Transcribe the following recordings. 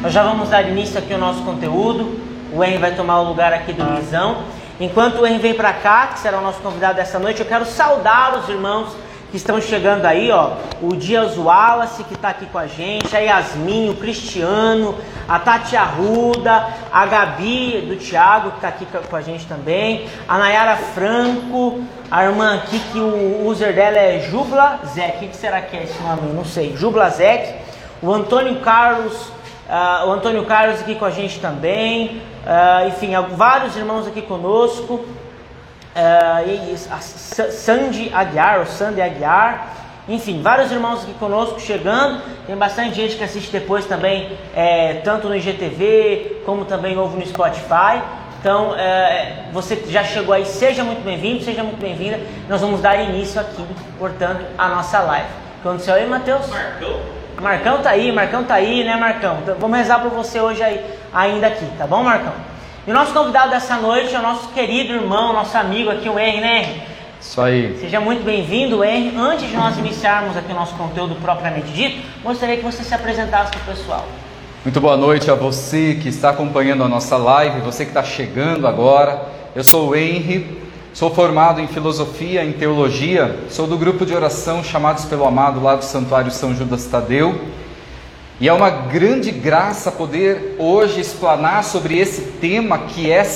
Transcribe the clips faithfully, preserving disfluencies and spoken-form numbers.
Nós já vamos dar início aqui ao nosso conteúdo. O Henry vai tomar o lugar aqui do Guizão. Enquanto o Henry vem para cá, que será o nosso convidado dessa noite, eu quero saudar os irmãos que estão chegando aí, ó. O Dias Wallace, que está aqui com a gente, a Yasmin, o Cristiano, a Tati Arruda, a Gabi do Thiago, que está aqui com a gente também, a Nayara Franco, a irmã aqui, que o user dela é Jubla Zek. O que será que é esse nome? Eu não sei. Jubla Zek. O Antônio Carlos, uh, o Antônio Carlos aqui com a gente também. Uh, enfim, vários irmãos aqui conosco. Uh, e a Sandy Aguiar, ou Sandy Aguiar, enfim, vários irmãos aqui conosco chegando. Tem bastante gente que assiste depois também, é, tanto no I G T V como também ouve no Spotify. Então, é, você já chegou aí, seja muito bem-vindo, seja muito bem-vinda. Nós vamos dar início aqui, portanto, à nossa live. O que aconteceu aí, Matheus? Marcão? Marcão tá aí, Marcão tá aí, né, Marcão? Então, vamos rezar por você hoje aí, ainda aqui, tá bom, Marcão? E o nosso convidado dessa noite é o nosso querido irmão, nosso amigo aqui, o Henry, né, Henry? Isso aí. Seja muito bem-vindo, Henry. Antes de nós iniciarmos aqui o nosso conteúdo propriamente dito, gostaria que você se apresentasse para o pessoal. Muito boa noite a você que está acompanhando a nossa live, você que está chegando agora. Eu sou o Henry, sou formado em filosofia, em teologia, sou do grupo de oração Chamados pelo Amado lá do Santuário São Judas Tadeu. E é uma grande graça poder hoje explanar sobre esse tema que é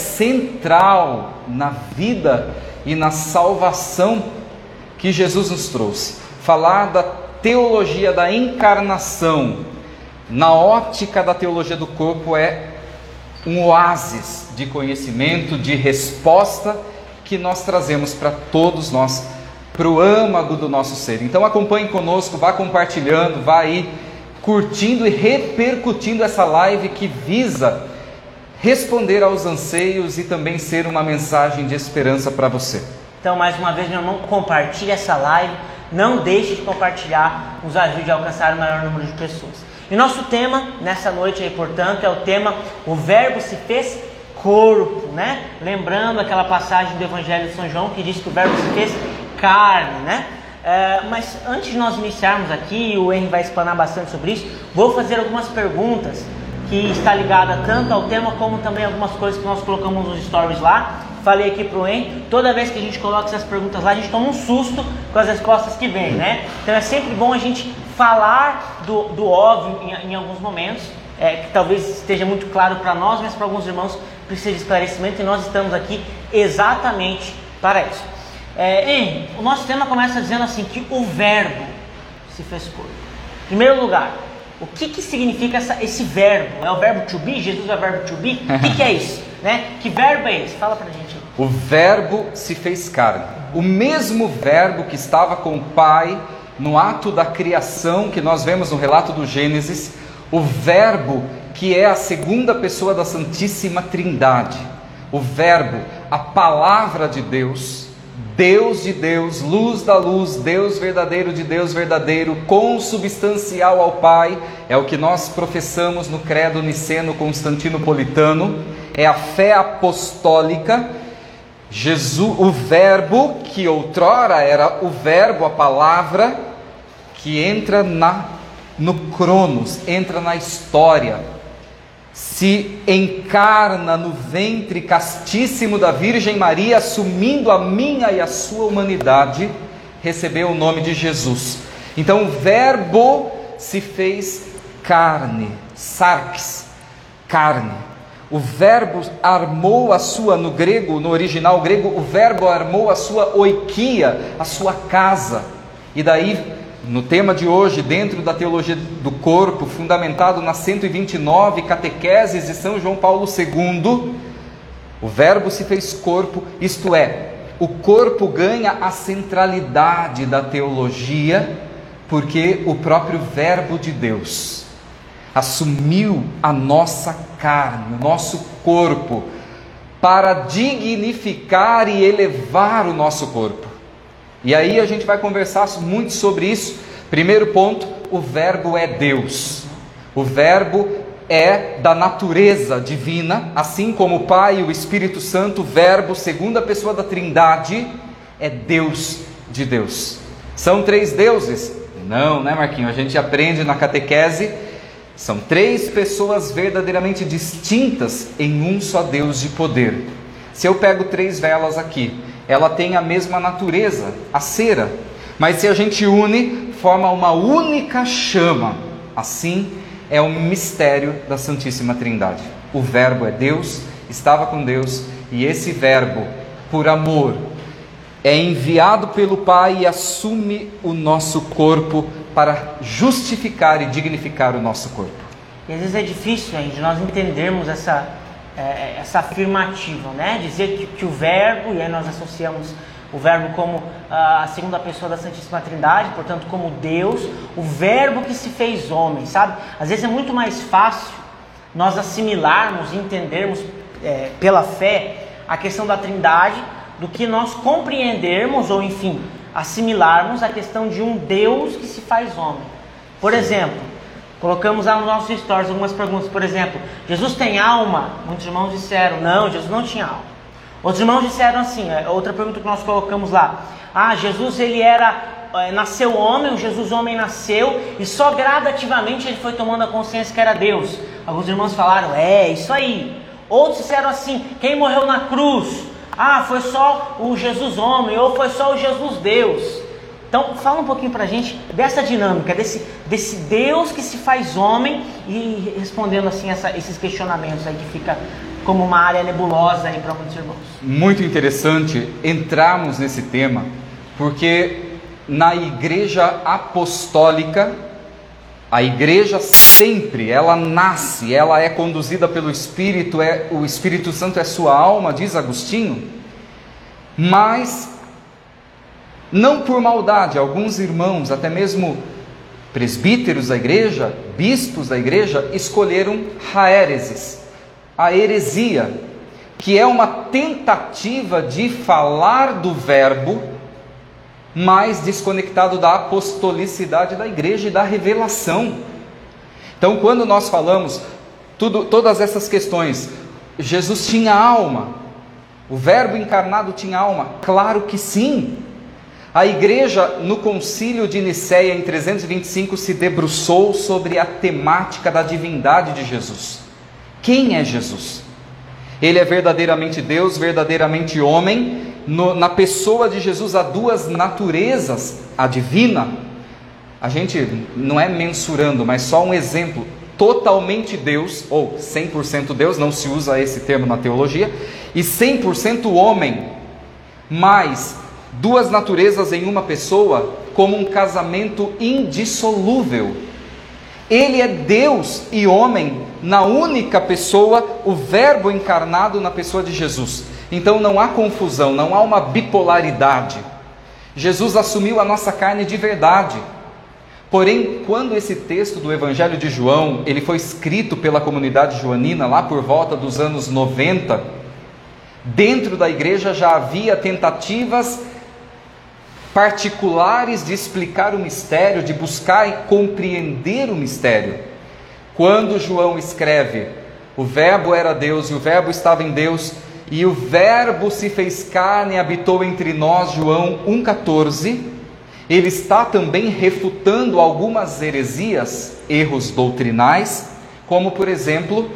central na vida e na salvação que Jesus nos trouxe. Falar da teologia da encarnação, na ótica da teologia do corpo, é um oásis de conhecimento, de resposta que nós trazemos para todos nós, para o âmago do nosso ser. Então acompanhe conosco, vá compartilhando, vá aí curtindo e repercutindo essa live que visa responder aos anseios e também ser uma mensagem de esperança para você. Então, mais uma vez, meu irmão, compartilhe essa live, não deixe de compartilhar, nos ajude a alcançar o maior número de pessoas. E nosso tema nessa noite aí, portanto, é o tema O Verbo se fez corpo, né? Lembrando aquela passagem do Evangelho de São João que diz que o Verbo se fez carne, né? É, mas antes de nós iniciarmos aqui, o Henry vai explanar bastante sobre isso, vou fazer algumas perguntas que está ligada tanto ao tema como também algumas coisas que nós colocamos nos stories lá. Falei aqui pro Henry, toda vez que a gente coloca essas perguntas lá, a gente toma um susto com as respostas que vem, né? Então é sempre bom a gente falar do, do óbvio em, em alguns momentos, é, que talvez esteja muito claro para nós, mas para alguns irmãos precisa de esclarecimento, e nós estamos aqui exatamente para isso. É, Henry, o nosso tema começa dizendo assim, que o verbo se fez corpo. Em primeiro lugar, o que, que significa essa, esse verbo? É o verbo to be? Jesus é o verbo to be? O que, que é isso? Né? Que verbo é esse? Fala pra gente. O verbo se fez carne. O mesmo verbo que estava com o Pai no ato da criação, que nós vemos no relato do Gênesis, o verbo que é a segunda pessoa da Santíssima Trindade, o verbo, a palavra de Deus, Deus de Deus, luz da luz, Deus verdadeiro de Deus verdadeiro, consubstancial ao Pai, é o que nós professamos no credo niceno-constantinopolitano, é a fé apostólica. Jesus, o verbo que outrora era o verbo, a palavra, que entra na, no cronos, entra na história, se encarna no ventre castíssimo da Virgem Maria, assumindo a minha e a sua humanidade, recebeu o nome de Jesus. Então o verbo se fez carne, sarx, carne. O verbo armou a sua, no grego, no original grego, o verbo armou a sua oikia, a sua casa. E daí, no tema de hoje, dentro da teologia do corpo, fundamentado nas cento e vinte e nove catequeses de São João Paulo segundo, o verbo se fez corpo, isto é, o corpo ganha a centralidade da teologia, porque o próprio verbo de Deus assumiu a nossa carne, o nosso corpo, para dignificar e elevar o nosso corpo. E aí a gente vai conversar muito sobre isso. Primeiro ponto, o verbo é Deus. O verbo é da natureza divina, assim como o Pai e o Espírito Santo, o verbo, segunda pessoa da Trindade, é Deus de Deus. São três deuses? Não, né, Marquinhos? A gente aprende na catequese, São três pessoas verdadeiramente distintas em um só Deus de poder. Se eu pego três velas aqui, ela tem a mesma natureza, a cera, mas se a gente une, forma uma única chama. Assim é o mistério da Santíssima Trindade. O Verbo é Deus, estava com Deus, e esse Verbo, por amor, é enviado pelo Pai e assume o nosso corpo para justificar e dignificar o nosso corpo. E às vezes é difícil, gente, nós entendermos essa, é, essa afirmativa, né? Dizer que, que o Verbo, e aí nós associamos o Verbo como a segunda pessoa da Santíssima Trindade, portanto como Deus, o Verbo que se fez homem, sabe? Às vezes é muito mais fácil nós assimilarmos e entendermos é, pela fé a questão da Trindade do que nós compreendermos ou, enfim, assimilarmos a questão de um Deus que se faz homem. Por exemplo, colocamos lá nos nossos stories algumas perguntas, por exemplo, Jesus tem alma? Muitos irmãos disseram, não, Jesus não tinha alma. Outros irmãos disseram assim, outra pergunta que nós colocamos lá, ah, Jesus ele era, nasceu homem, o Jesus homem nasceu e só gradativamente ele foi tomando a consciência que era Deus. Alguns irmãos falaram, é, isso aí. Outros disseram assim, quem morreu na cruz? Ah, foi só o Jesus homem ou foi só o Jesus Deus. Então fala um pouquinho pra gente dessa dinâmica, desse, desse Deus que se faz homem e respondendo assim essa, esses questionamentos aí que fica como uma área nebulosa aí para muitos irmãos. Muito interessante entrarmos nesse tema, porque na igreja apostólica, a igreja sempre, ela nasce, ela é conduzida pelo Espírito, é, o Espírito Santo é sua alma, diz Agostinho, mas não por maldade. Alguns irmãos, até mesmo presbíteros da igreja, bispos da igreja, escolheram haéreses, a heresia, que é uma tentativa de falar do Verbo, mas desconectado da apostolicidade da igreja e da revelação. Então, quando nós falamos tudo, todas essas questões, Jesus tinha alma, o Verbo encarnado tinha alma? Claro que sim. A igreja, no concílio de Nicéia, em trezentos e vinte e cinco, se debruçou sobre a temática da divindade de Jesus. Quem é Jesus? Ele é verdadeiramente Deus, verdadeiramente homem. No, na pessoa de Jesus há duas naturezas, a divina, a gente não é mensurando, mas só um exemplo, totalmente Deus, ou cem por cento Deus, não se usa esse termo na teologia, e cem por cento homem, mas duas naturezas em uma pessoa, como um casamento indissolúvel. Ele é Deus e homem na única pessoa, o Verbo encarnado na pessoa de Jesus. Então não há confusão, não há uma bipolaridade. Jesus assumiu a nossa carne de verdade. Porém, quando esse texto do Evangelho de João, ele foi escrito pela comunidade joanina lá por volta dos anos noventa, dentro da igreja já havia tentativas particulares de explicar o mistério, de buscar e compreender o mistério. Quando João escreve, o Verbo era Deus e o Verbo estava em Deus, e o Verbo se fez carne e habitou entre nós, João um, catorze, ele está também refutando algumas heresias, erros doutrinais, como por exemplo,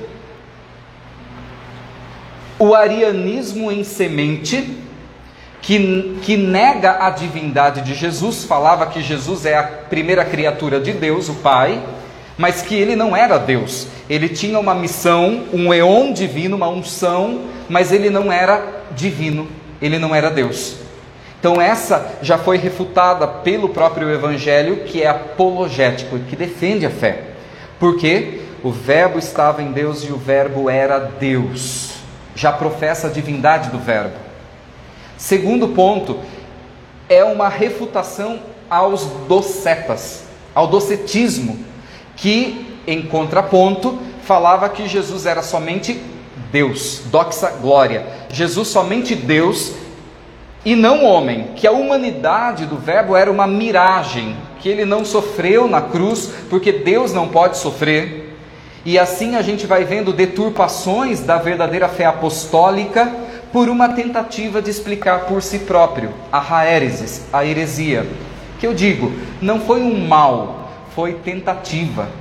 o arianismo em semente, que, que nega a divindade de Jesus, falava que Jesus é a primeira criatura de Deus, o Pai, mas que ele não era Deus, ele tinha uma missão, um eon divino, uma unção, mas ele não era divino, ele não era Deus. Então essa já foi refutada pelo próprio Evangelho, que é apologético, que defende a fé, porque o Verbo estava em Deus e o Verbo era Deus, já professa a divindade do Verbo. Segundo ponto, é uma refutação aos docetas, ao docetismo, que em contraponto falava que Jesus era somente Deus, doxa glória, Jesus somente Deus e não homem, que a humanidade do Verbo era uma miragem, que ele não sofreu na cruz, porque Deus não pode sofrer. E assim a gente vai vendo deturpações da verdadeira fé apostólica por uma tentativa de explicar por si próprio, a haéresis, a heresia, que eu digo, não foi um mal, foi tentativa.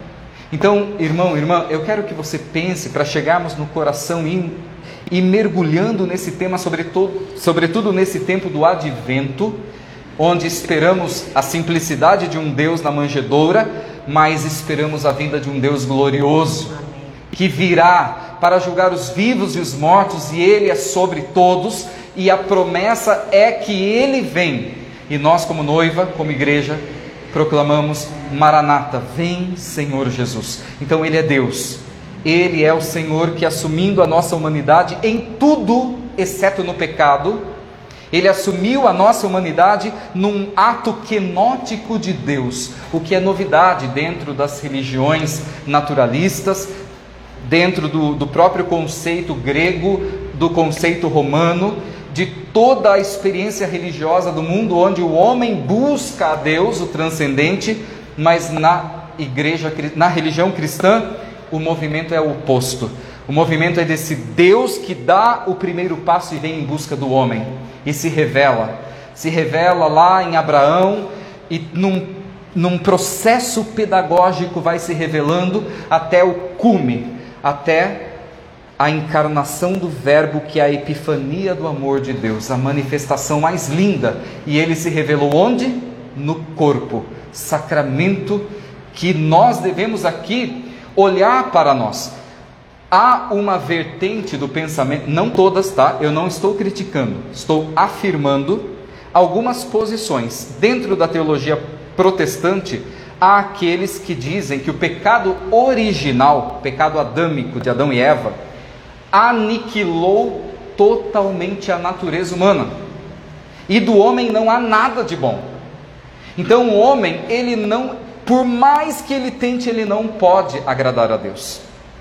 Então, irmão, irmã, eu quero que você pense, para chegarmos no coração e, e mergulhando nesse tema, sobretudo, sobretudo nesse tempo do advento, onde esperamos a simplicidade de um Deus na manjedoura, mas esperamos a vinda de um Deus glorioso, que virá para julgar os vivos e os mortos, e Ele é sobre todos, e a promessa é que Ele vem, e nós como noiva, como igreja, proclamamos: Maranata, vem Senhor Jesus. Então Ele é Deus, Ele é o Senhor que, assumindo a nossa humanidade em tudo, exceto no pecado, Ele assumiu a nossa humanidade num ato quenótico de Deus, o que é novidade dentro das religiões naturalistas, dentro do, do próprio conceito grego, do conceito romano, de toda a experiência religiosa do mundo, onde o homem busca a Deus, o transcendente, mas na igreja, na religião cristã, o movimento é o oposto. O movimento é desse Deus que dá o primeiro passo e vem em busca do homem, e se revela, se revela lá em Abraão, e num, num processo pedagógico vai se revelando até o cume, até a encarnação do Verbo, que é a epifania do amor de Deus, a manifestação mais linda. E Ele se revelou onde? No corpo, sacramento que nós devemos aqui olhar para nós. Há uma vertente do pensamento, não todas, tá? Eu não estou criticando, estou afirmando algumas posições. Dentro da teologia protestante, há aqueles que dizem que o pecado original, o pecado adâmico de Adão e Eva, aniquilou totalmente a natureza humana, e do homem não há nada de bom. Então o homem, ele não, por mais que ele tente, ele não pode agradar a Deus.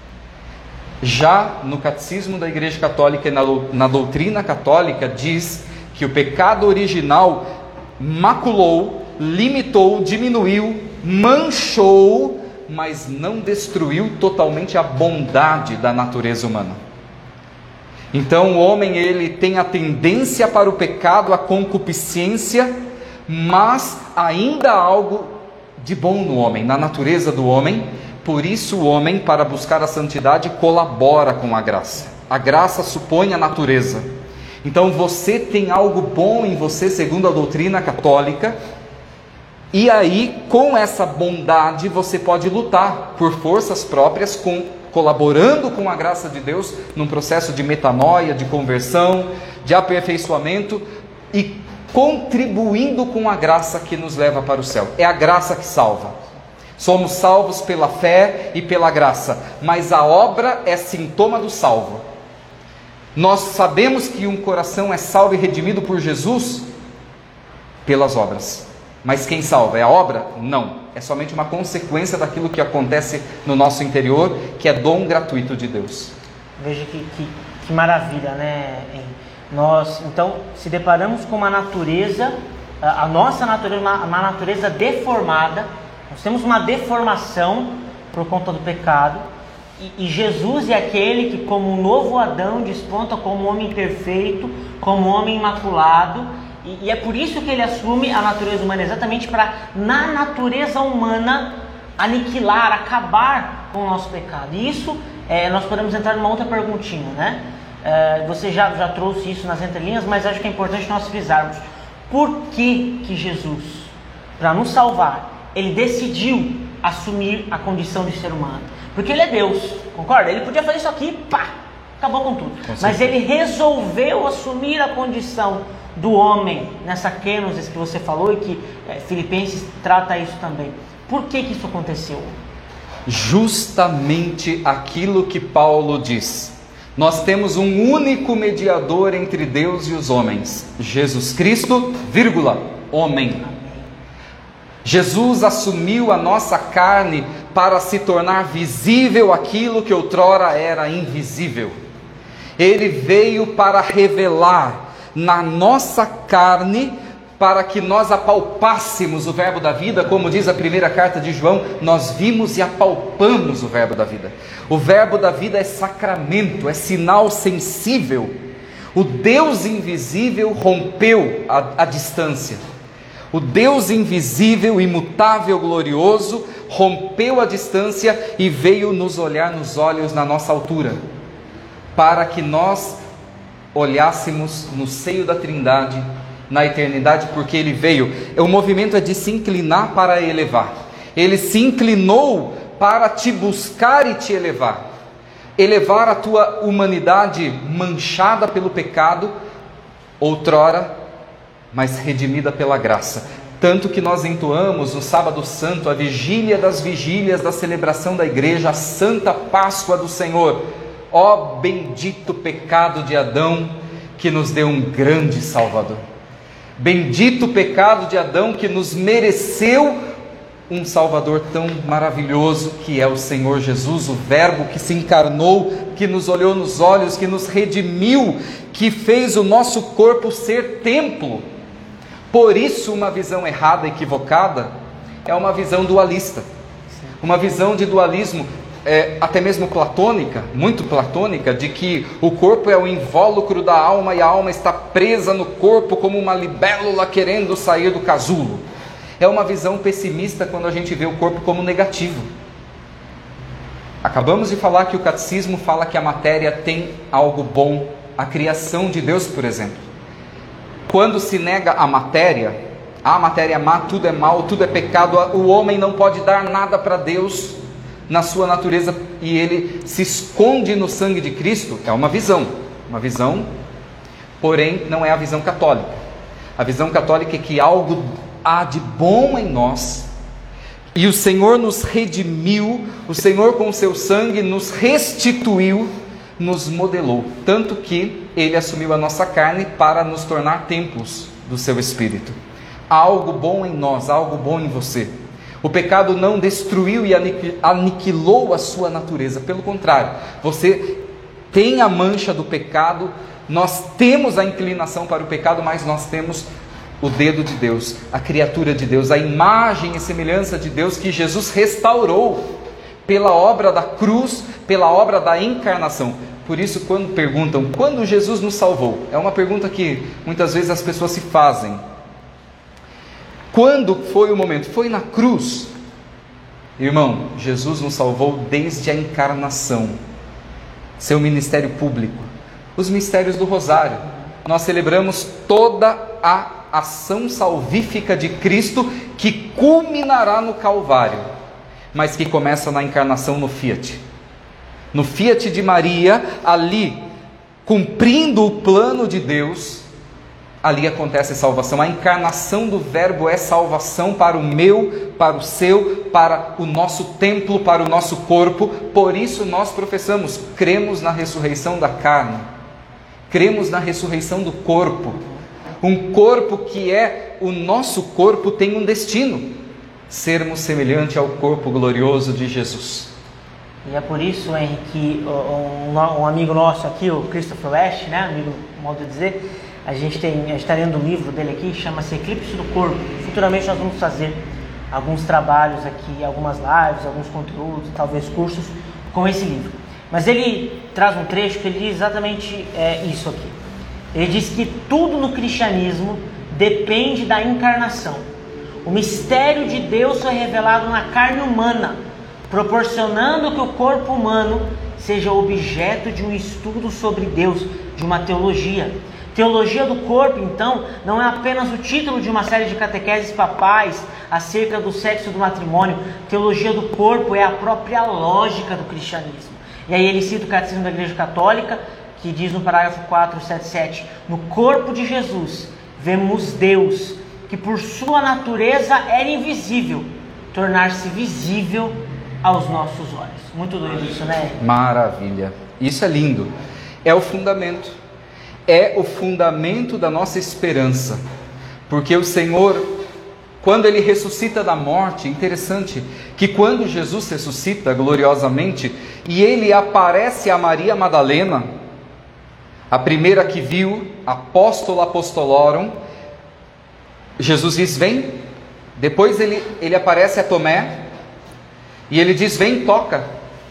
Já no catecismo da Igreja Católica e na, na doutrina católica, diz que o pecado original maculou, limitou, diminuiu, manchou, mas não destruiu totalmente a bondade da natureza humana. Então o homem, ele tem a tendência para o pecado, a concupiscência, mas ainda há algo de bom no homem, na natureza do homem. Por isso o homem, para buscar a santidade, colabora com a graça. A graça supõe a natureza. Então você tem algo bom em você, segundo a doutrina católica, e aí com essa bondade você pode lutar por forças próprias, com, colaborando com a graça de Deus num processo de metanoia, de conversão, de aperfeiçoamento, e contribuindo com a graça que nos leva para o céu. É a graça que salva. Somos salvos pela fé e pela graça, mas a obra é sintoma do salvo. Nós sabemos que um coração é salvo e redimido por Jesus pelas obras, mas quem salva é a obra? Não, é somente uma consequência daquilo que acontece no nosso interior, que é dom gratuito de Deus. Veja que, que, que maravilha, né? Nós, então, se deparamos com uma natureza, a nossa natureza, uma, uma natureza deformada. Nós temos uma deformação por conta do pecado, e, e Jesus é aquele que, como um novo Adão, desponta como homem perfeito, como homem imaculado, e, e é por isso que ele assume a natureza humana, exatamente para, na natureza humana, aniquilar, acabar com o nosso pecado. E isso, é, nós podemos entrar numa outra perguntinha, né? É, você já, já trouxe isso nas entrelinhas, mas acho que é importante nós frisarmos. Por que que Jesus, para nos salvar, ele decidiu assumir a condição de ser humano? Porque ele é Deus, concorda? Ele podia fazer isso aqui, pá, acabou com tudo. Com Mas ele resolveu assumir a condição do homem, nessa kenosis que você falou, e que é, Filipenses trata isso também. Por que que isso aconteceu? Justamente aquilo que Paulo diz. Nós temos um único mediador entre Deus e os homens, Jesus Cristo, vírgula, homem. Jesus assumiu a nossa carne para se tornar visível aquilo que outrora era invisível. Ele veio para revelar na nossa carne, para que nós apalpássemos o verbo da vida, como diz a primeira carta de João, nós vimos e apalpamos o verbo da vida. O verbo da vida é sacramento, é sinal sensível. O Deus invisível rompeu a, a distância. O Deus invisível, imutável, glorioso, rompeu a distância e veio nos olhar nos olhos na nossa altura, para que nós olhássemos no seio da Trindade, na eternidade, porque Ele veio. O movimento é de se inclinar para elevar. Ele se inclinou para te buscar e te elevar. Elevar a tua humanidade manchada pelo pecado, outrora, mas redimida pela graça. Tanto que nós entoamos no Sábado Santo, a vigília das vigílias da celebração da igreja, a Santa Páscoa do Senhor. Ó bendito pecado de Adão, que nos deu um grande Salvador. Bendito pecado de Adão, que nos mereceu um Salvador tão maravilhoso, que é o Senhor Jesus, o Verbo que se encarnou, que nos olhou nos olhos, que nos redimiu, que fez o nosso corpo ser templo. Por isso, uma visão errada, equivocada, é uma visão dualista. Uma visão de dualismo, é, até mesmo platônica, muito platônica, de que o corpo é o invólucro da alma e a alma está presa no corpo como uma libélula querendo sair do casulo. É uma visão pessimista quando a gente vê o corpo como negativo. Acabamos de falar que o catecismo fala que a matéria tem algo bom, a criação de Deus, por exemplo. Quando se nega a matéria, a matéria é má, tudo é mal, tudo é pecado, o homem não pode dar nada para Deus na sua natureza e ele se esconde no sangue de Cristo, é uma visão, uma visão, porém não é a visão católica. A visão católica é que algo há de bom em nós, e o Senhor nos redimiu, o Senhor com o seu sangue nos restituiu, nos modelou, tanto que Ele assumiu a nossa carne para nos tornar templos do seu Espírito. Há algo bom em nós, há algo bom em você. O pecado não destruiu e aniquilou a sua natureza, pelo contrário, você tem a mancha do pecado, nós temos a inclinação para o pecado, mas nós temos o dedo de Deus, a criatura de Deus, a imagem e semelhança de Deus que Jesus restaurou pela obra da cruz, pela obra da encarnação. Por isso, quando perguntam, quando Jesus nos salvou? É uma pergunta que muitas vezes as pessoas se fazem. Quando foi o momento? Foi na cruz. Irmão, Jesus nos salvou desde a encarnação, seu ministério público, os mistérios do rosário. Nós celebramos toda a ação salvífica de Cristo, que culminará no Calvário, mas que começa na encarnação no Fiat. No Fiat de Maria, ali, cumprindo o plano de Deus, ali acontece a salvação. A encarnação do Verbo é salvação para o meu, para o seu, para o nosso templo, para o nosso corpo. Por isso nós professamos, cremos na ressurreição da carne, cremos na ressurreição do corpo. Um corpo que é o nosso corpo tem um destino: sermos semelhante ao corpo glorioso de Jesus. E é por isso, Henrique, que um, um amigo nosso aqui, o Christopher West, né, amigo, modo de dizer, a gente tem, a gente está lendo um livro dele aqui, chama-se Eclipse do Corpo. Futuramente nós vamos fazer alguns trabalhos aqui, algumas lives, alguns conteúdos, talvez cursos com esse livro. Mas ele traz um trecho que ele diz exatamente é, isso aqui. Ele diz que tudo no cristianismo depende da encarnação. O mistério de Deus foi revelado na carne humana, proporcionando que o corpo humano seja objeto de um estudo sobre Deus, de uma teologia. Teologia do corpo, então, não é apenas o título de uma série de catequeses papais acerca do sexo e do matrimônio. Teologia do corpo é a própria lógica do cristianismo. E aí ele cita o Catecismo da Igreja Católica, que diz no parágrafo quatrocentos e setenta e sete, no corpo de Jesus vemos Deus, que por sua natureza era invisível, tornar-se visível aos nossos olhos. Muito doido isso, né? Maravilha, isso é lindo, é o fundamento, é o fundamento da nossa esperança, porque o Senhor, quando Ele ressuscita da morte, interessante, que quando Jesus ressuscita gloriosamente, e Ele aparece a Maria Madalena, a primeira que viu, apóstola apostolorum, Jesus diz, vem. Depois ele, ele aparece a Tomé, e ele diz, vem, toca.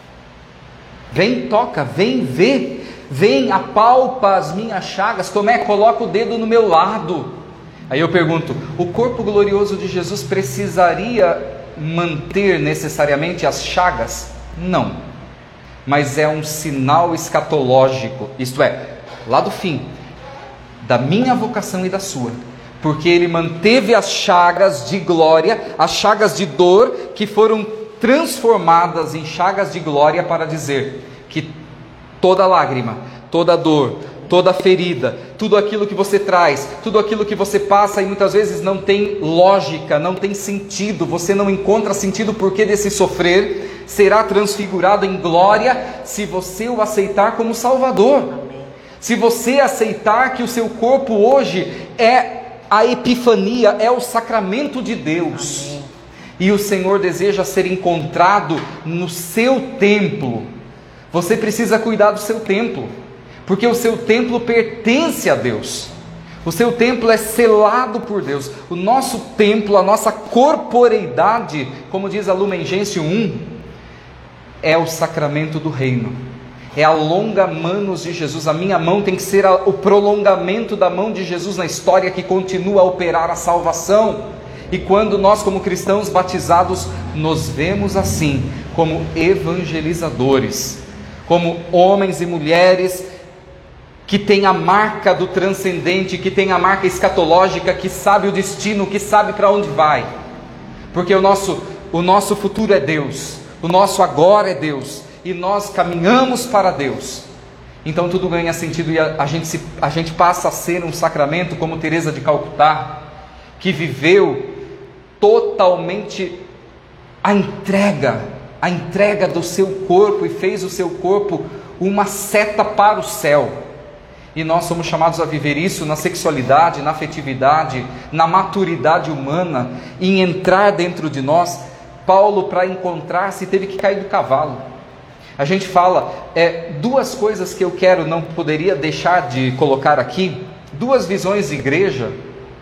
Vem, toca, vem, vê. Vem, apalpa as minhas chagas. Tomé, coloca o dedo no meu lado. Aí eu pergunto, o corpo glorioso de Jesus precisaria manter necessariamente as chagas? Não, mas é um sinal escatológico, isto é, lá do fim, da minha vocação e da sua, porque ele manteve as chagas de glória, as chagas de dor, que foram transformadas em chagas de glória, para dizer que toda lágrima, toda dor, toda ferida, tudo aquilo que você traz, tudo aquilo que você passa e muitas vezes não tem lógica, não tem sentido, você não encontra sentido porquê desse sofrer, será transfigurado em glória se você o aceitar como Salvador. Amém. Se você aceitar que o seu corpo hoje é a epifania, é o sacramento de Deus. Amém. E o Senhor deseja ser encontrado no seu templo. Você precisa cuidar do seu templo, porque o seu templo pertence a Deus. O seu templo é selado por Deus. O nosso templo, a nossa corporeidade, como diz a Lumen Gentium um, é o sacramento do reino. É a longa manos de Jesus. A minha mão tem que ser a, o prolongamento da mão de Jesus na história, que continua a operar a salvação. E quando nós, como cristãos batizados, nos vemos assim, como evangelizadores, como homens e mulheres que têm a marca do transcendente, que têm a marca escatológica, que sabe o destino, que sabe para onde vai, porque o nosso, o nosso futuro é Deus, o nosso agora é Deus, e nós caminhamos para Deus. Então tudo ganha sentido, e a, a, gente se, a gente passa a ser um sacramento, como Teresa de Calcutá, que viveu totalmente a entrega, a entrega do seu corpo, e fez o seu corpo uma seta para o céu. E nós somos chamados a viver isso na sexualidade, na afetividade, na maturidade humana, em entrar dentro de nós. Paulo, para encontrar-se, teve que cair do cavalo. A gente fala, é, duas coisas que eu quero, não poderia deixar de colocar aqui, duas visões de igreja,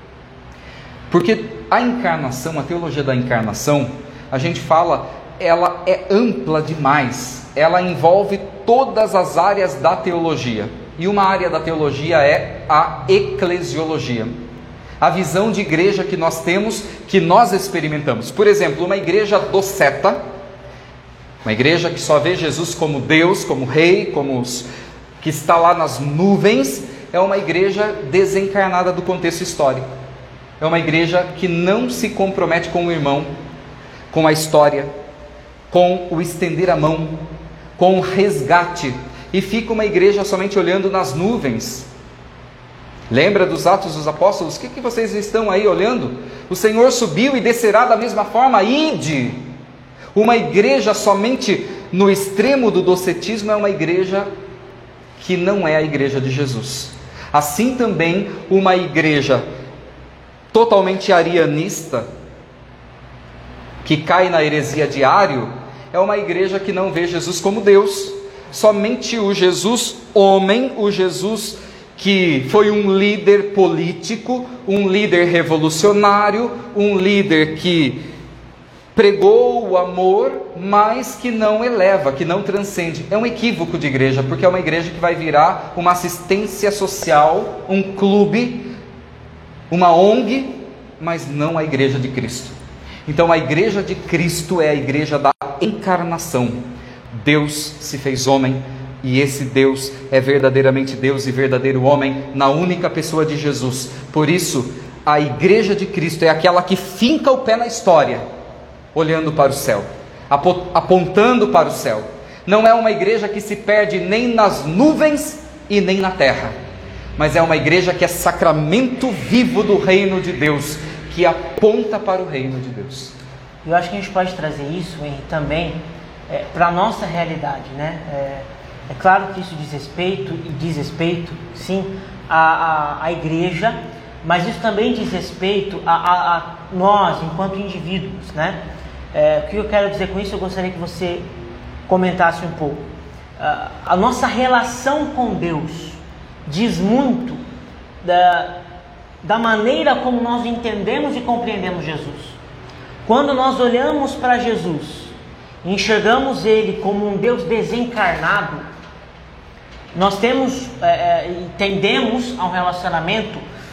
porque a encarnação, a teologia da encarnação, a gente fala, ela é ampla demais, ela envolve todas as áreas da teologia, e uma área da teologia é a eclesiologia, a visão de igreja que nós temos, que nós experimentamos. Por exemplo, uma igreja doceta, uma igreja que só vê Jesus como Deus, como Rei, como os, que está lá nas nuvens, é uma igreja desencarnada do contexto histórico. É uma igreja que não se compromete com o irmão, com a história, com o estender a mão, com o resgate, e fica uma igreja somente olhando nas nuvens. Lembra dos Atos dos Apóstolos? O que, que vocês estão aí olhando? O Senhor subiu e descerá da mesma forma, ide. Uma igreja somente no extremo do docetismo é uma igreja que não é a igreja de Jesus. Assim também uma igreja totalmente arianista, que cai na heresia de Ário, é uma igreja que não vê Jesus como Deus, somente o Jesus homem, o Jesus que foi um líder político, um líder revolucionário, um líder que pregou o amor, mas que não eleva, que não transcende. É um equívoco de igreja, porque é uma igreja que vai virar uma assistência social, um clube, uma O N G, mas não a igreja de Cristo. Então a igreja de Cristo é a igreja da encarnação. Deus se fez homem, e esse Deus é verdadeiramente Deus e verdadeiro homem na única pessoa de Jesus. Por isso, a igreja de Cristo é aquela que finca o pé na história, olhando para o céu, apontando para o céu. Não é uma igreja que se perde nem nas nuvens e nem na terra, mas é uma igreja que é sacramento vivo do reino de Deus, que aponta para o reino de Deus. Eu acho que a gente pode trazer isso, Henrique, também é, para a nossa realidade, né? É, é claro que isso diz respeito, e diz respeito, sim, à, à, à igreja, mas isso também diz respeito a, a, a nós, enquanto indivíduos, né? É, o que eu quero dizer com isso, eu gostaria que você comentasse um pouco. A, a nossa relação com Deus diz muito da, da maneira como nós entendemos e compreendemos Jesus. Quando nós olhamos para Jesus, enxergamos Ele como um Deus desencarnado, nós temos, é, é, tendemos a um relacionamento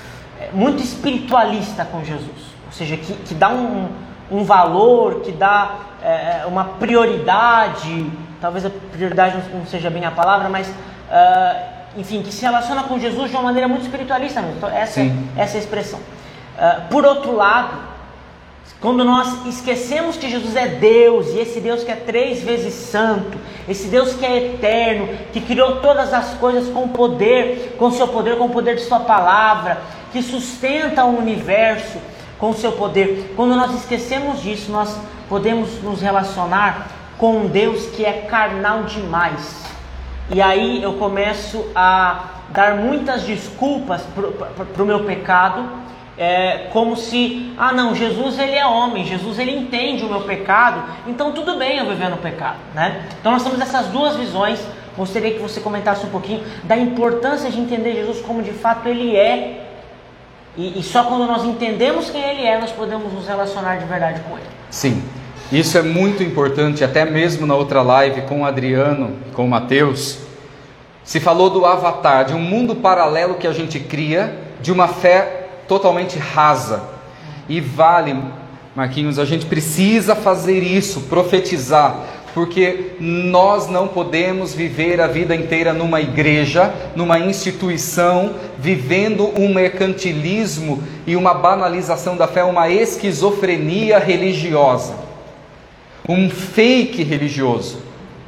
muito espiritualista com Jesus, ou seja, que, que dá um, um valor, que dá é, uma prioridade, talvez a prioridade não seja bem a palavra, mas uh, enfim, que se relaciona com Jesus de uma maneira muito espiritualista mesmo. Então, essa, essa é a expressão. Uh, por outro lado, quando nós esquecemos que Jesus é Deus, e esse Deus que é três vezes santo, esse Deus que é eterno, que criou todas as coisas com poder, com seu poder, com o poder de sua palavra, que sustenta o universo com seu poder. Quando nós esquecemos disso, nós podemos nos relacionar com um Deus que é carnal demais. E aí eu começo a dar muitas desculpas para o meu pecado, É, como se, ah não, Jesus ele é homem, Jesus ele entende o meu pecado, então tudo bem eu viver no pecado, né? Então nós temos essas duas visões. Gostaria que você comentasse um pouquinho da importância de entender Jesus como de fato ele é, e, e só quando nós entendemos quem ele é, nós podemos nos relacionar de verdade com ele. Sim, isso é muito importante. Até mesmo na outra live com o Adriano, com o Mateus, se falou do avatar, de um mundo paralelo que a gente cria, de uma fé totalmente rasa. E vale, Marquinhos, a gente precisa fazer isso, profetizar, porque nós não podemos viver a vida inteira numa igreja, numa instituição, vivendo um mercantilismo e uma banalização da fé, uma esquizofrenia religiosa, um fake religioso.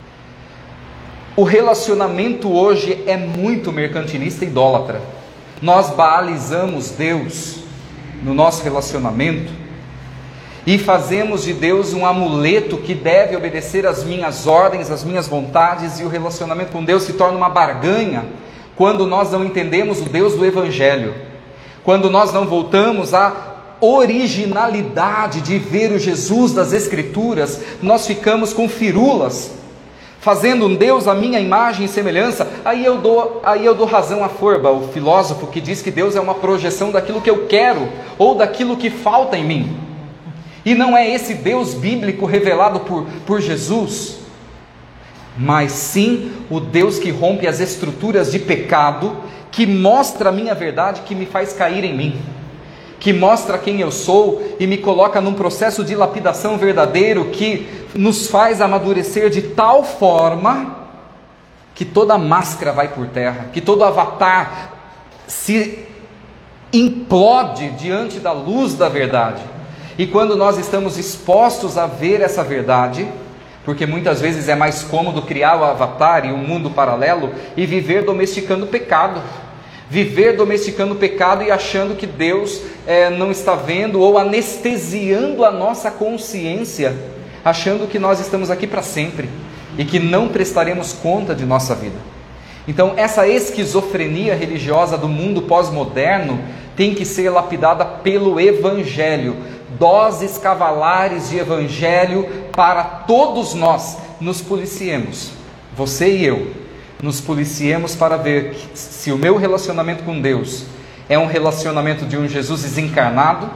O relacionamento hoje é muito mercantilista e idólatra. Nós baalizamos Deus no nosso relacionamento e fazemos de Deus um amuleto que deve obedecer às minhas ordens, às minhas vontades, e o relacionamento com Deus se torna uma barganha quando nós não entendemos o Deus do Evangelho, quando nós não voltamos à originalidade de ver o Jesus das Escrituras. Nós ficamos com firulas, fazendo um Deus à minha imagem e semelhança. Aí eu dou, aí eu dou razão a Forba, o filósofo que diz que Deus é uma projeção daquilo que eu quero, ou daquilo que falta em mim. E não é esse Deus bíblico revelado por, por Jesus, mas sim o Deus que rompe as estruturas de pecado, que mostra a minha verdade, que me faz cair em mim, que mostra quem eu sou e me coloca num processo de lapidação verdadeiro, que nos faz amadurecer de tal forma que toda máscara vai por terra, que todo avatar se implode diante da luz da verdade. E quando nós estamos expostos a ver essa verdade, porque muitas vezes é mais cômodo criar o avatar e um mundo paralelo e viver domesticando o pecado, viver domesticando o pecado e achando que Deus é, não está vendo, ou anestesiando a nossa consciência, achando que nós estamos aqui para sempre e que não prestaremos conta de nossa vida. Então essa esquizofrenia religiosa do mundo pós-moderno tem que ser lapidada pelo Evangelho, doses cavalares de Evangelho para todos nós. Nos policiemos, você e eu, nos policiemos para ver se o meu relacionamento com Deus é um relacionamento de um Jesus desencarnado,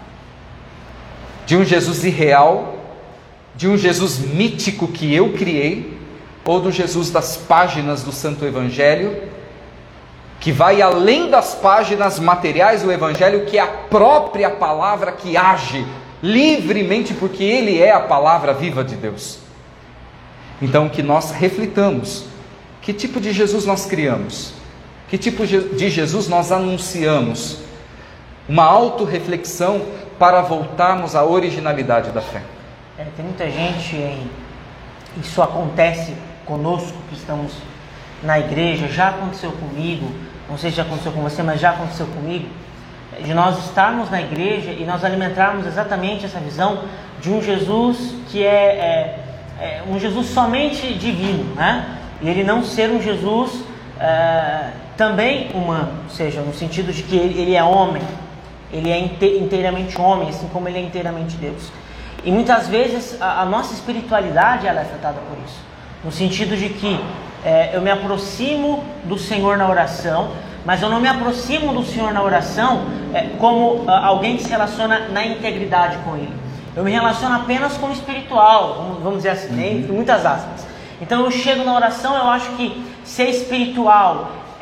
de um Jesus irreal, de um Jesus mítico que eu criei, ou do Jesus das páginas do Santo Evangelho, que vai além das páginas materiais do Evangelho, que é a própria palavra que age livremente, porque Ele é a palavra viva de Deus. Então que nós reflitamos, que tipo de Jesus nós criamos, que tipo de Jesus nós anunciamos, uma autorreflexão para voltarmos à originalidade da fé. É, tem muita gente, em, isso acontece conosco que estamos na igreja, já aconteceu comigo, não sei se já aconteceu com você, mas já aconteceu comigo, de nós estarmos na igreja e nós alimentarmos exatamente essa visão de um Jesus que é, é, é um Jesus somente divino, né? E ele não ser um Jesus é, também humano, ou seja, no sentido de que ele, ele é homem, ele é inteiramente homem, assim como ele é inteiramente Deus. E muitas vezes a, a nossa espiritualidade ela é afetada por isso, no sentido de que é, eu me aproximo do Senhor na oração, mas eu não me aproximo do Senhor na oração é, como a, alguém que se relaciona na integridade com Ele. Eu me relaciono apenas com o espiritual, vamos, vamos dizer assim, né? Entre muitas aspas. Então eu chego na oração, eu acho que ser espiritual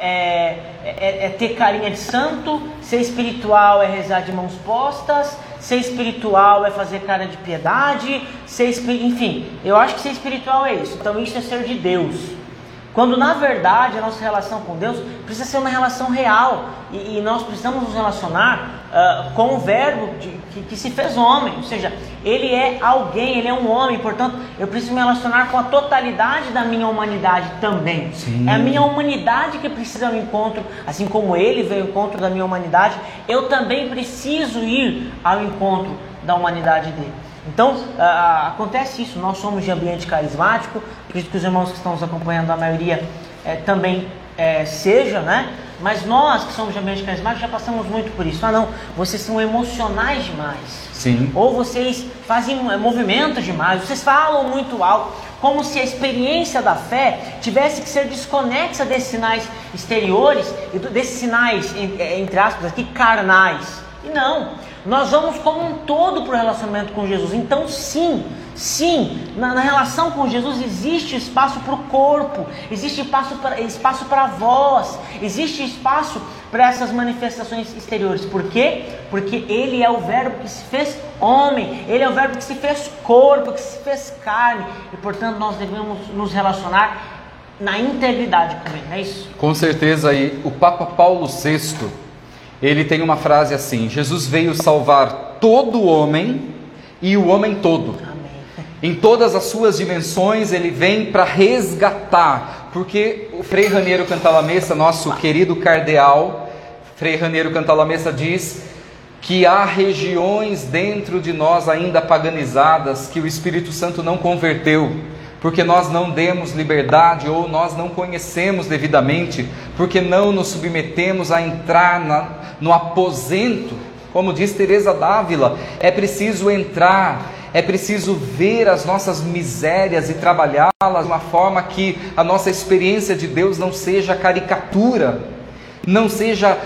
é, é, é ter carinha de santo, ser espiritual é rezar de mãos postas, ser espiritual é fazer cara de piedade, ser espir... enfim, eu acho que ser espiritual é isso. Então isso é ser de Deus. Quando na verdade a nossa relação com Deus precisa ser uma relação real, e, e nós precisamos nos relacionar uh, com o verbo de, que, que se fez homem, ou seja, ele é alguém, ele é um homem, portanto eu preciso me relacionar com a totalidade da minha humanidade também. Sim. É a minha humanidade que precisa ao encontro, assim como ele veio ao encontro da minha humanidade, eu também preciso ir ao encontro da humanidade dele. Então, uh, acontece isso, nós somos de ambiente carismático, acredito que os irmãos que estão nos acompanhando, a maioria é, também é, seja, né? Mas nós que somos de ambiente carismático já passamos muito por isso. Ah não, vocês são emocionais demais. Sim. Ou vocês fazem movimentos demais, vocês falam muito alto, como se a experiência da fé tivesse que ser desconexa desses sinais exteriores, e desses sinais, entre aspas, aqui, carnais. E não. Nós vamos como um todo para o relacionamento com Jesus. Então sim, sim, na, na relação com Jesus existe espaço para o corpo, existe espaço para espaço para a voz, existe espaço para essas manifestações exteriores. Por quê? Porque Ele é o verbo que se fez homem, Ele é o verbo que se fez corpo, que se fez carne, e portanto nós devemos nos relacionar na integridade com Ele, não é isso? Com certeza, aí o Papa Paulo sexto, ele tem uma frase assim: Jesus veio salvar todo homem e o homem todo. Amém. Em todas as suas dimensões ele vem para resgatar, porque o Frei Raniero Cantalamessa, nosso querido cardeal, Frei Raniero Cantalamessa diz que há regiões dentro de nós ainda paganizadas que o Espírito Santo não converteu, porque nós não demos liberdade ou nós não conhecemos devidamente, porque não nos submetemos a entrar na, no aposento. Como diz Teresa d'Ávila, é preciso entrar, é preciso ver as nossas misérias e trabalhá-las de uma forma que a nossa experiência de Deus não seja caricatura, não seja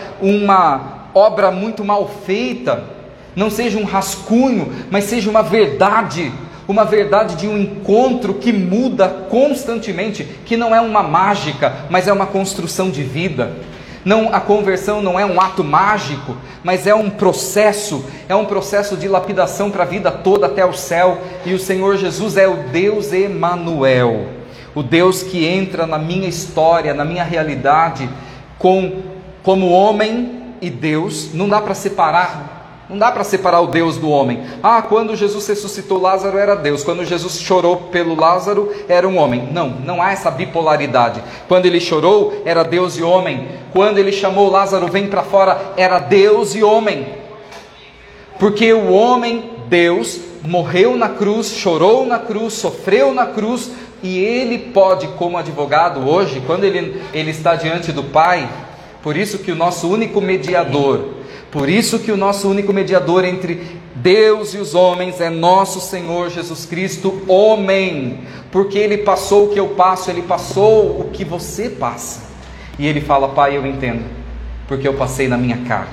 uma obra muito mal feita, não seja um rascunho, mas seja uma verdade. Uma verdade de um encontro que muda constantemente, que não é uma mágica, mas é uma construção de vida. Não, a conversão não é um ato mágico, mas é um processo, é um processo de lapidação para a vida toda até o céu. E o Senhor Jesus é o Deus Emanuel, o Deus que entra na minha história, na minha realidade, com, como homem e Deus. Não dá para separar. Não dá para separar o Deus do homem. Ah, quando Jesus ressuscitou Lázaro era Deus, quando Jesus chorou pelo Lázaro era um homem. Não, não há essa bipolaridade. Quando ele chorou era Deus e homem. Quando ele chamou Lázaro, vem para fora, era Deus e homem. Porque o homem, Deus, morreu na cruz, chorou na cruz, sofreu na cruz, e ele pode, como advogado hoje, quando ele, ele está diante do Pai, por isso que o nosso único mediador, Por isso que o nosso único mediador entre Deus e os homens é nosso Senhor Jesus Cristo, homem, porque Ele passou o que eu passo, Ele passou o que você passa, e Ele fala: Pai, eu entendo, porque eu passei na minha carne.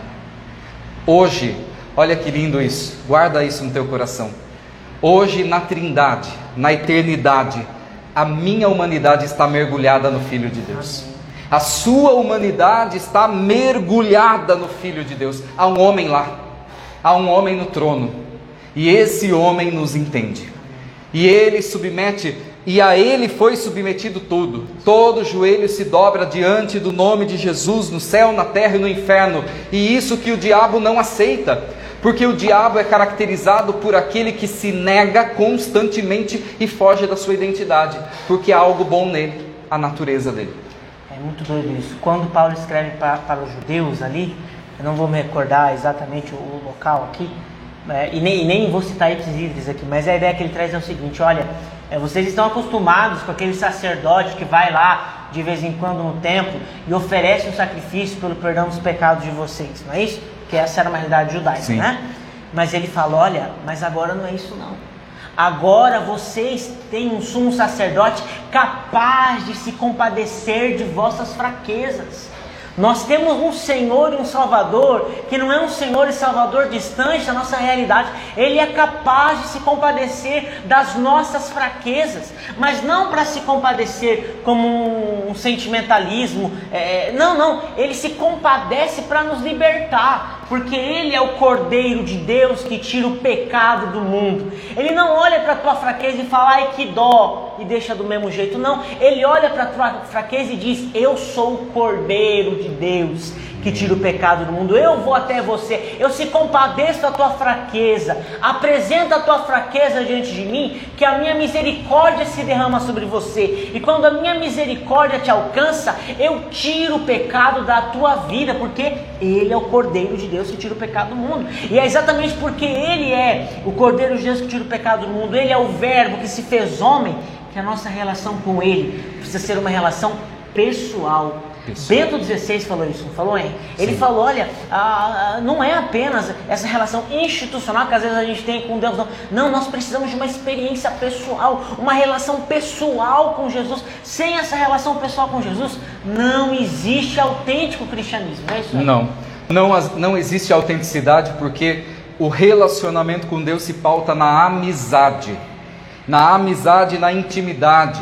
Hoje, olha que lindo isso, guarda isso no teu coração. Hoje na Trindade, na eternidade, a minha humanidade está mergulhada no Filho de Deus. A sua humanidade está mergulhada no Filho de Deus. Há um homem lá, há um homem no trono, e esse homem nos entende, e ele submete, e a ele foi submetido tudo. Todo joelho se dobra diante do nome de Jesus, no céu, na terra e no inferno. E isso que o diabo não aceita, porque o diabo é caracterizado por aquele que se nega constantemente e foge da sua identidade, porque há algo bom nele, a natureza dele. É muito doido isso. Quando Paulo escreve para, para os judeus ali, eu não vou me recordar exatamente o, o local aqui, é, e, nem, e nem vou citar ipsis aqui, mas a ideia que ele traz é o seguinte: olha, é, vocês estão acostumados com aquele sacerdote que vai lá de vez em quando no templo e oferece um sacrifício pelo perdão dos pecados de vocês, não é isso? Que essa era uma realidade judaica, Sim. né? Mas ele fala: olha, mas agora não é isso não. Agora vocês têm um sumo sacerdote capaz de se compadecer de vossas fraquezas. Nós temos um Senhor e um Salvador que não é um Senhor e Salvador distante da nossa realidade. Ele é capaz de se compadecer das nossas fraquezas, mas não para se compadecer como um, um sentimentalismo. É, não, não. Ele se compadece para nos libertar, porque Ele é o Cordeiro de Deus que tira o pecado do mundo. Ele não olha para a tua fraqueza e fala, ai que dó, e deixa do mesmo jeito. Não, Ele olha para a tua fraqueza e diz, eu sou o Cordeiro de Deus que tira o pecado do mundo. Eu vou até você, eu se compadeço da tua fraqueza, apresenta a tua fraqueza diante de mim, que a minha misericórdia se derrama sobre você. E quando a minha misericórdia te alcança, eu tiro o pecado da tua vida, porque Ele é o Cordeiro de Deus que tira o pecado do mundo. E é exatamente porque Ele é o Cordeiro de Deus que tira o pecado do mundo, Ele é o Verbo que se fez homem, que a nossa relação com Ele precisa ser uma relação pessoal. Pessoal. Bento dezesseis falou isso, não falou, hein? Ele Sim. falou, olha, ah, não é apenas essa relação institucional que às vezes a gente tem com Deus, não. Não, nós precisamos de uma experiência pessoal, uma relação pessoal com Jesus. Sem essa relação pessoal com Jesus, não existe autêntico cristianismo, não é isso aí? Não, não, não existe autenticidade, porque o relacionamento com Deus se pauta na amizade, na amizade, na intimidade.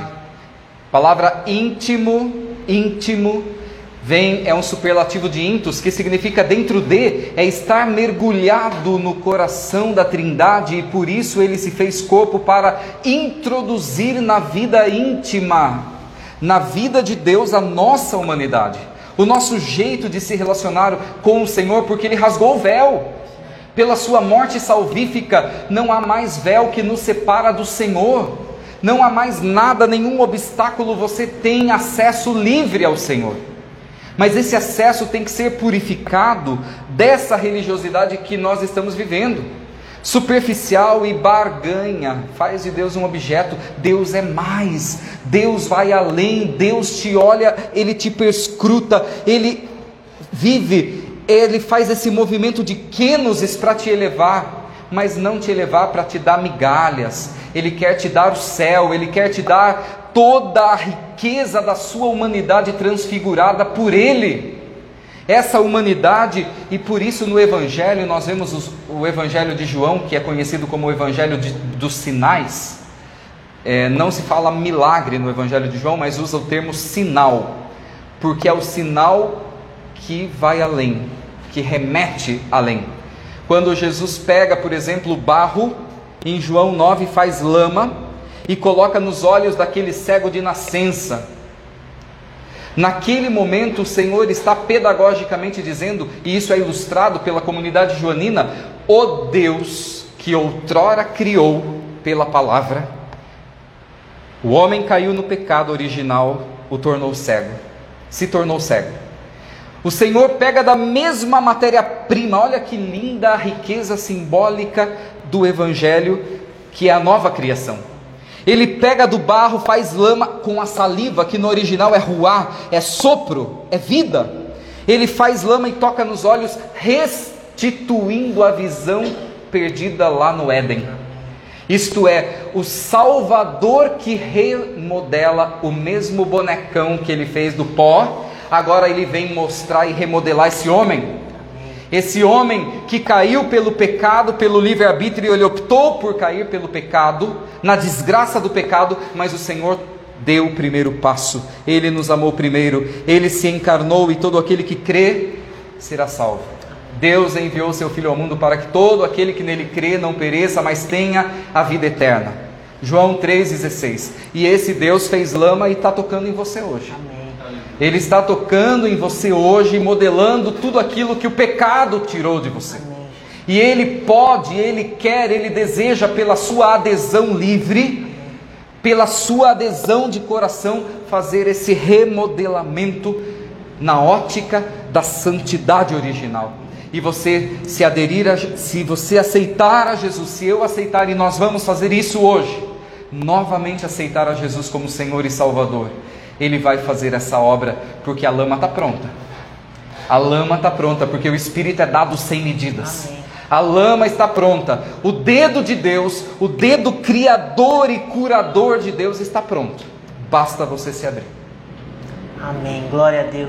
A palavra íntimo, íntimo, vem, é um superlativo de íntus, que significa dentro de, é estar mergulhado no coração da Trindade, e por isso Ele se fez corpo para introduzir na vida íntima, na vida de Deus, a nossa humanidade, o nosso jeito de se relacionar com o Senhor, porque Ele rasgou o véu. Pela sua morte salvífica, não há mais véu que nos separa do Senhor. Não há mais nada, nenhum obstáculo, você tem acesso livre ao Senhor. Mas esse acesso tem que ser purificado dessa religiosidade que nós estamos vivendo. Superficial e barganha, faz de Deus um objeto. Deus é mais, Deus vai além, Deus te olha, Ele te perscruta, Ele vive... Ele faz esse movimento de kenosis para te elevar, mas não te elevar para te dar migalhas. Ele quer te dar o céu, Ele quer te dar toda a riqueza da sua humanidade transfigurada por Ele. Essa humanidade, e por isso no Evangelho, nós vemos os, o Evangelho de João, que é conhecido como o Evangelho de, dos sinais. É, não se fala milagre no Evangelho de João, mas usa o termo sinal, porque é o sinal que vai além, que remete além. Quando Jesus pega, por exemplo, o barro, em João nove, faz lama e coloca nos olhos daquele cego de nascença. Naquele momento o Senhor está pedagogicamente dizendo, e isso é ilustrado pela comunidade joanina, o Deus que outrora criou pela palavra, o homem caiu no pecado original, o tornou cego, se tornou cego. O Senhor pega da mesma matéria-prima, olha que linda a riqueza simbólica do Evangelho, que é a nova criação. Ele pega do barro, faz lama com a saliva, que no original é ruá, é sopro, é vida. Ele faz lama e toca nos olhos, restituindo a visão perdida lá no Éden. Isto é, o Salvador que remodela o mesmo bonecão que ele fez do pó. Agora Ele vem mostrar e remodelar esse homem. Esse homem que caiu pelo pecado, pelo livre-arbítrio, ele optou por cair pelo pecado, na desgraça do pecado, mas o Senhor deu o primeiro passo. Ele nos amou primeiro, Ele se encarnou e todo aquele que crê será salvo. Deus enviou seu Filho ao mundo para que todo aquele que nele crê não pereça, mas tenha a vida eterna. João três, dezesseis. E esse Deus fez lama e está tocando em você hoje. Amém. Ele está tocando em você hoje, modelando tudo aquilo que o pecado tirou de você. E Ele pode, Ele quer, Ele deseja, pela sua adesão livre, pela sua adesão de coração, fazer esse remodelamento na ótica da santidade original. E você se aderir, a, se você aceitar a Jesus, se eu aceitar, e nós vamos fazer isso hoje, novamente aceitar a Jesus como Senhor e Salvador, Ele vai fazer essa obra, porque a lama está pronta. A lama está pronta, porque o Espírito é dado sem medidas. Amém. A lama está pronta. O dedo de Deus, o dedo criador e curador de Deus está pronto. Basta você se abrir. Amém, glória a Deus.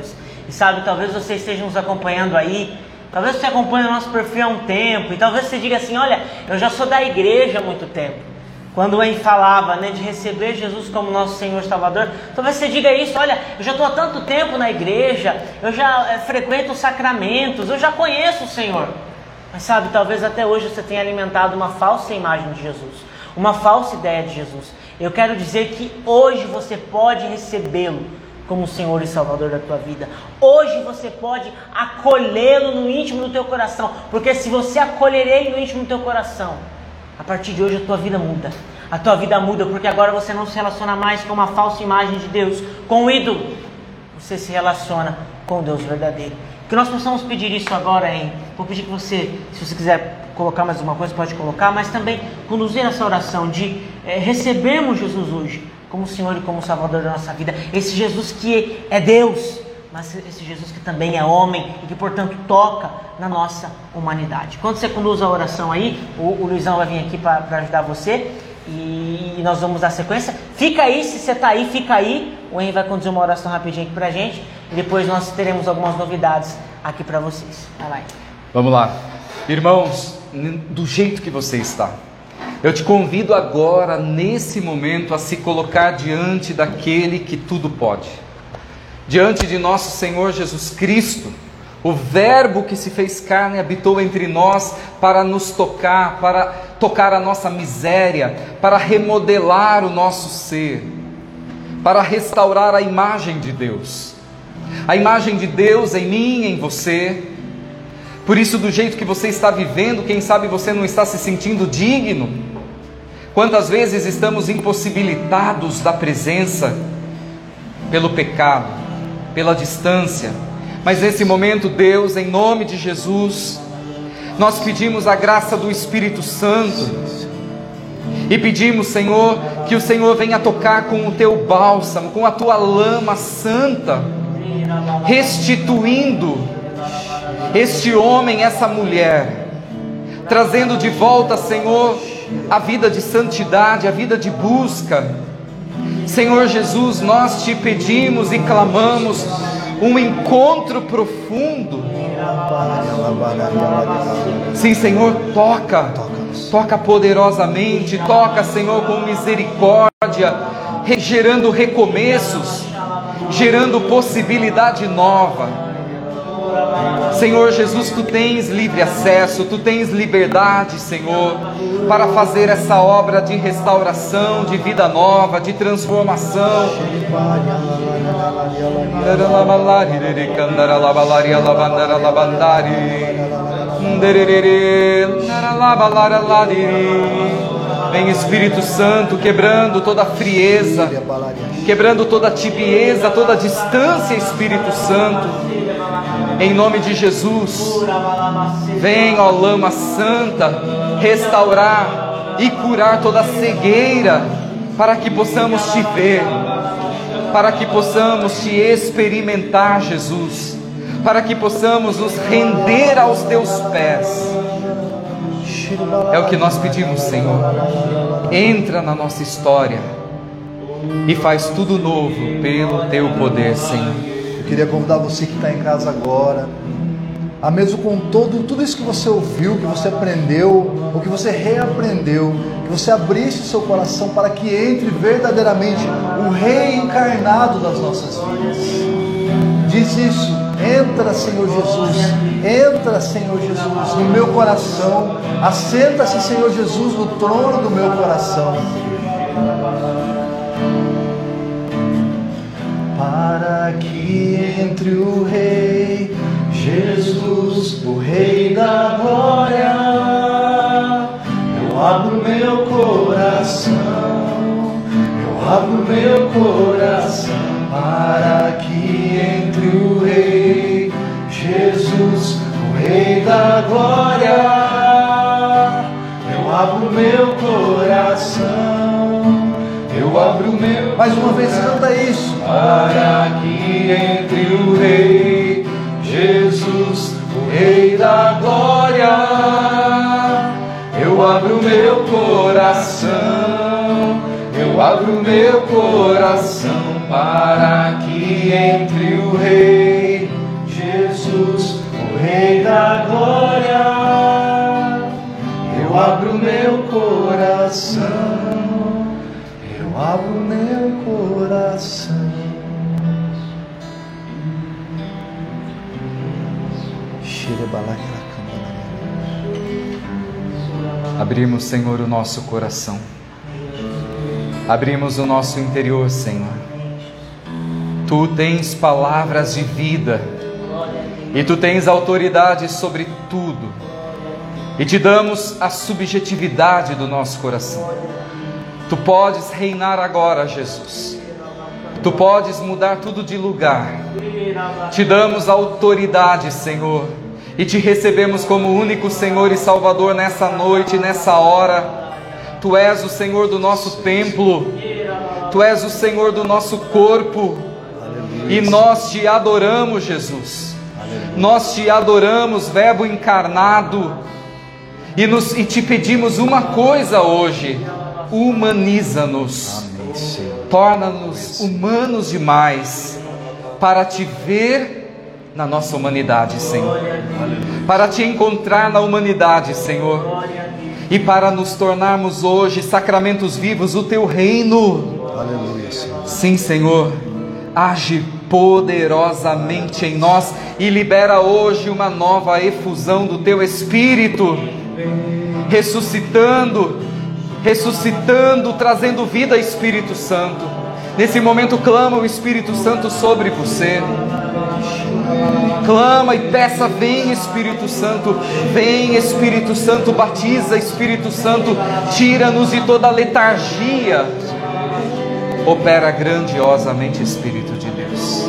E sabe, talvez você esteja nos acompanhando aí, talvez você acompanhe o nosso perfil há um tempo, e talvez você diga assim, olha, eu já sou da igreja há muito tempo. Quando ele falava, né, de receber Jesus como nosso Senhor e Salvador, talvez você diga isso, olha, eu já estou há tanto tempo na igreja, eu já é, frequento os sacramentos, eu já conheço o Senhor. Mas sabe, talvez até hoje você tenha alimentado uma falsa imagem de Jesus, uma falsa ideia de Jesus. Eu quero dizer que hoje você pode recebê-lo como Senhor e Salvador da tua vida. Hoje você pode acolhê-lo no íntimo do teu coração, porque se você acolher ele no íntimo do teu coração, a partir de hoje a tua vida muda. A tua vida muda porque agora você não se relaciona mais com uma falsa imagem de Deus, com o ídolo. Você se relaciona com o Deus verdadeiro. Que nós possamos pedir isso agora, hein? Vou pedir que você, se você quiser colocar mais uma coisa, pode colocar, mas também conduzir essa oração de é, recebermos Jesus hoje como Senhor e como Salvador da nossa vida. Esse Jesus que é Deus, mas esse Jesus que também é homem e que, portanto, toca na nossa humanidade. Quando você conduz a oração aí, o, o Luizão vai vir aqui para ajudar você e, e nós vamos dar sequência. Fica aí, se você está aí, fica aí. O Henry vai conduzir uma oração rapidinho aqui para a gente e depois nós teremos algumas novidades aqui para vocês. Vai lá. Vamos lá. Irmãos, do jeito que você está, eu te convido agora, nesse momento, a se colocar diante daquele que tudo pode. Diante de nosso Senhor Jesus Cristo, o Verbo que se fez carne habitou entre nós para nos tocar, para tocar a nossa miséria, para remodelar o nosso ser, para restaurar a imagem de Deus. A imagem de Deus em mim e em você. Por isso, do jeito que você está vivendo, quem sabe você não está se sentindo digno. Quantas vezes estamos impossibilitados da presença pelo pecado, pela distância, mas nesse momento, Deus, em nome de Jesus, nós pedimos a graça do Espírito Santo e pedimos, Senhor, que o Senhor venha tocar com o teu bálsamo, com a tua lama santa, restituindo este homem, essa mulher, trazendo de volta, Senhor, a vida de santidade, a vida de busca. Senhor Jesus, nós te pedimos e clamamos um encontro profundo. Sim, Senhor, toca, toca poderosamente, toca, Senhor, com misericórdia, gerando recomeços, gerando possibilidade nova. Senhor Jesus, tu tens livre acesso, tu tens liberdade, Senhor, para fazer essa obra de restauração, de vida nova, de transformação. Vem Espírito Santo, quebrando toda frieza, quebrando toda tibieza, toda distância, Espírito Santo. Em nome de Jesus, vem, ó lama santa, restaurar e curar toda cegueira, para que possamos te ver, para que possamos te experimentar, Jesus, para que possamos nos render aos teus pés. É o que nós pedimos, Senhor. Entra na nossa história e faz tudo novo pelo teu poder, Senhor. Eu queria convidar você que está em casa agora, a mesmo com todo, tudo isso que você ouviu, que você aprendeu, ou que você reaprendeu, que você abrisse o seu coração para que entre verdadeiramente o Rei encarnado das nossas vidas. Diz isso: entra, Senhor Jesus, entra, Senhor Jesus, no meu coração, assenta-se, Senhor Jesus, no trono do meu coração. Para que entre o Rei Jesus, o Rei da glória, eu abro meu coração, eu abro meu coração, para que entre o Rei Jesus, o Rei da glória, eu abro meu coração, eu abro meu. Mais uma vez, canta isso. Para que entre o Rei Jesus, o Rei da glória, eu abro meu coração, eu abro meu coração, para que entre o Rei coração, eu abro meu coração. Abrimos, Senhor, o nosso coração. Abrimos o nosso interior, Senhor. Tu tens palavras de vida e Tu tens autoridade sobre tudo. E Te damos a subjetividade do nosso coração. Tu podes reinar agora, Jesus. Tu podes mudar tudo de lugar. Te damos autoridade, Senhor, e Te recebemos como único Senhor e Salvador nessa noite, nessa hora. Tu és o Senhor do nosso templo. Tu és o Senhor do nosso corpo. E nós Te adoramos, Jesus. Nós Te adoramos, Verbo encarnado. E, nos, e Te pedimos uma coisa hoje: humaniza-nos. Torna-nos humanos demais para Te ver na nossa humanidade, Senhor. Para Te encontrar na humanidade, Senhor. E para nos tornarmos hoje sacramentos vivos do Teu reino. Aleluia, Senhor. Sim, Senhor. Age poderosamente em nós e libera hoje uma nova efusão do Teu Espírito, ressuscitando, ressuscitando, trazendo vida, Espírito Santo. Nesse momento clama o Espírito Santo sobre você. Clama e peça: vem, Espírito Santo, vem, Espírito Santo, batiza, Espírito Santo, tira-nos de toda a letargia. Opera grandiosamente, Espírito de Deus.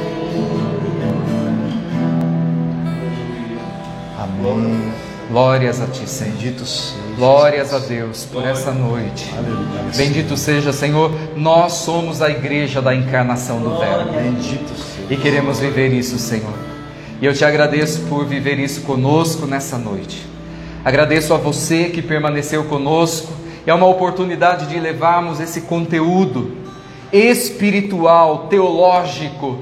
Amém. Glórias a Ti, Senhor. Bendito seja. Glórias a Deus por essa noite. Aleluia. Bendito seja, Senhor. Nós somos a igreja da encarnação do Verbo. Bendito seja. E queremos viver isso, Senhor. E eu Te agradeço por viver isso conosco nessa noite. Agradeço a você que permaneceu conosco. É uma oportunidade de levarmos esse conteúdo espiritual, teológico,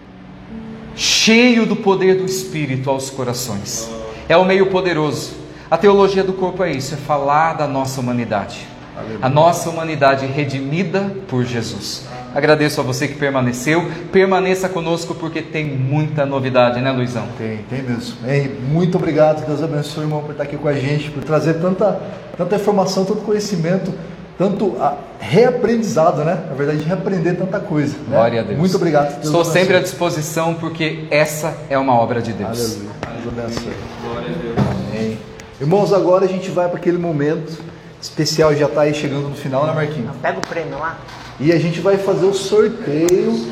cheio do poder do Espírito aos corações. É um meio poderoso. A teologia do corpo é isso, é falar da nossa humanidade. Aleluia. A nossa humanidade redimida por Jesus. Agradeço a você que permaneceu. Permaneça conosco porque tem muita novidade, né, Luizão? Tem, tem mesmo. Ei, muito obrigado, Deus abençoe, irmão, por estar aqui com a gente, por trazer tanta, tanta informação, tanto conhecimento, tanto a, reaprendizado, né? Na verdade, reaprender tanta coisa. Né? Glória a Deus. Muito obrigado. Deus Estou abençoe. sempre à disposição porque essa é uma obra de Deus. Aleluia. Deus abençoe. Glória a Deus. Amém. Irmãos, agora a gente vai para aquele momento especial, já está aí chegando no final, né, Marquinhos? Pega o prêmio lá. E a gente vai fazer o sorteio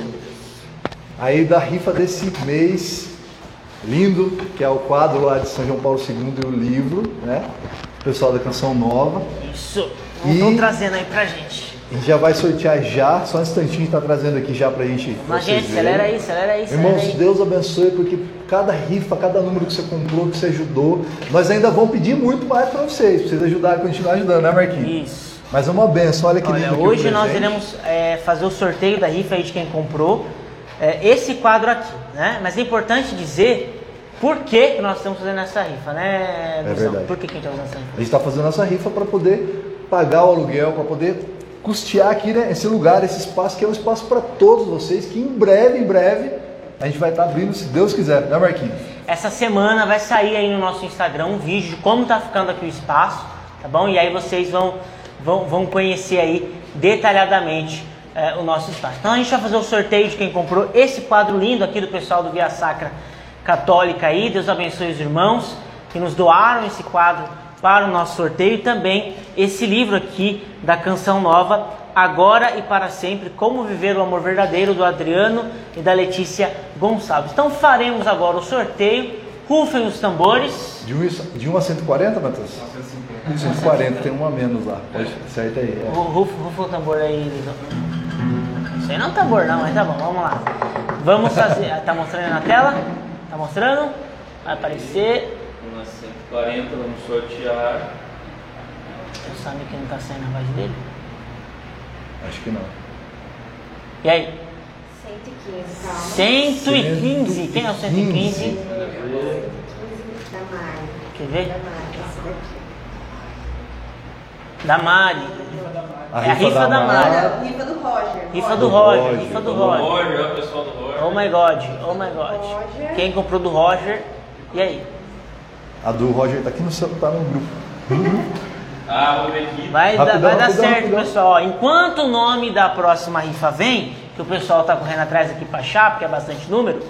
aí da rifa desse mês lindo, que é o quadro lá de São João Paulo segundo e o livro, né? O pessoal da Canção Nova. Isso. E Estão trazendo aí pra gente. A gente já vai sortear já, só um instantinho está trazendo aqui já pra gente. Mas gente, acelera aí, acelera aí, acelera Irmãos, aí. Deus abençoe, porque cada rifa, cada número que você comprou, que você ajudou, nós ainda vamos pedir muito mais para vocês, para vocês ajudarem, continuar ajudando, né, Marquinhos? Isso. Mas é uma benção, olha que Olha, lindo. hoje nós iremos é, fazer o sorteio da rifa aí de quem comprou é, esse quadro aqui, né? Mas é importante dizer por que, que nós estamos fazendo essa rifa, né, É verdade. Por que, que a gente está fazendo essa rifa? A gente está fazendo essa rifa para poder pagar o aluguel, para poder custear aqui, né, esse lugar, esse espaço, que é um espaço para todos vocês, que em breve, em breve, a gente vai estar abrindo, se Deus quiser, né, Marquinhos? Essa semana vai sair aí no nosso Instagram um vídeo de como está ficando aqui o espaço, tá bom? E aí vocês vão, vão, vão conhecer aí detalhadamente é, o nosso espaço. Então a gente vai fazer o sorteio de quem comprou esse quadro lindo aqui do pessoal do Via Sacra Católica aí. Deus abençoe os irmãos que nos doaram esse quadro para o nosso sorteio, e também esse livro aqui da Canção Nova, Agora e para Sempre, Como Viver o Amor Verdadeiro, do Adriano e da Letícia Gonçalves. Então faremos agora o sorteio. Rufem os tambores. De um, de um a cento e quarenta, Matheus? cento e quarenta, tem um a menos lá. Pode, acerta aí. É. Rufa, rufa o tambor aí, Lisão. Isso aí não é um tambor não, mas tá bom, vamos lá. Vamos fazer... Tá mostrando aí na tela? Tá mostrando? Vai aparecer. Umas cento e quarenta, vamos sortear. Você sabe que não tá saindo a voz dele? Acho que não. E aí? cento e quinze, calma. cento e quinze. Quem é o cento e quinze? cento e quinze da Mari. Quer ver? Da Mari, esse daqui. Da Mari. A É a rifa da Mari. Olha, rifa do Roger. Rifa do Roger, Roger. rifa do O Roger. Roger, ó, o pessoal do Roger. Oh my God, oh my God. Roger. Quem comprou do Roger? E aí? A do Roger tá aqui no seu, tá no grupo. Ah, vou ver aqui. Vai, dar- Rapidão, vai dar rapidão, certo, rapidão. pessoal. Ó, enquanto o nome da próxima rifa vem, que o pessoal tá correndo atrás aqui pra achar, porque é bastante número,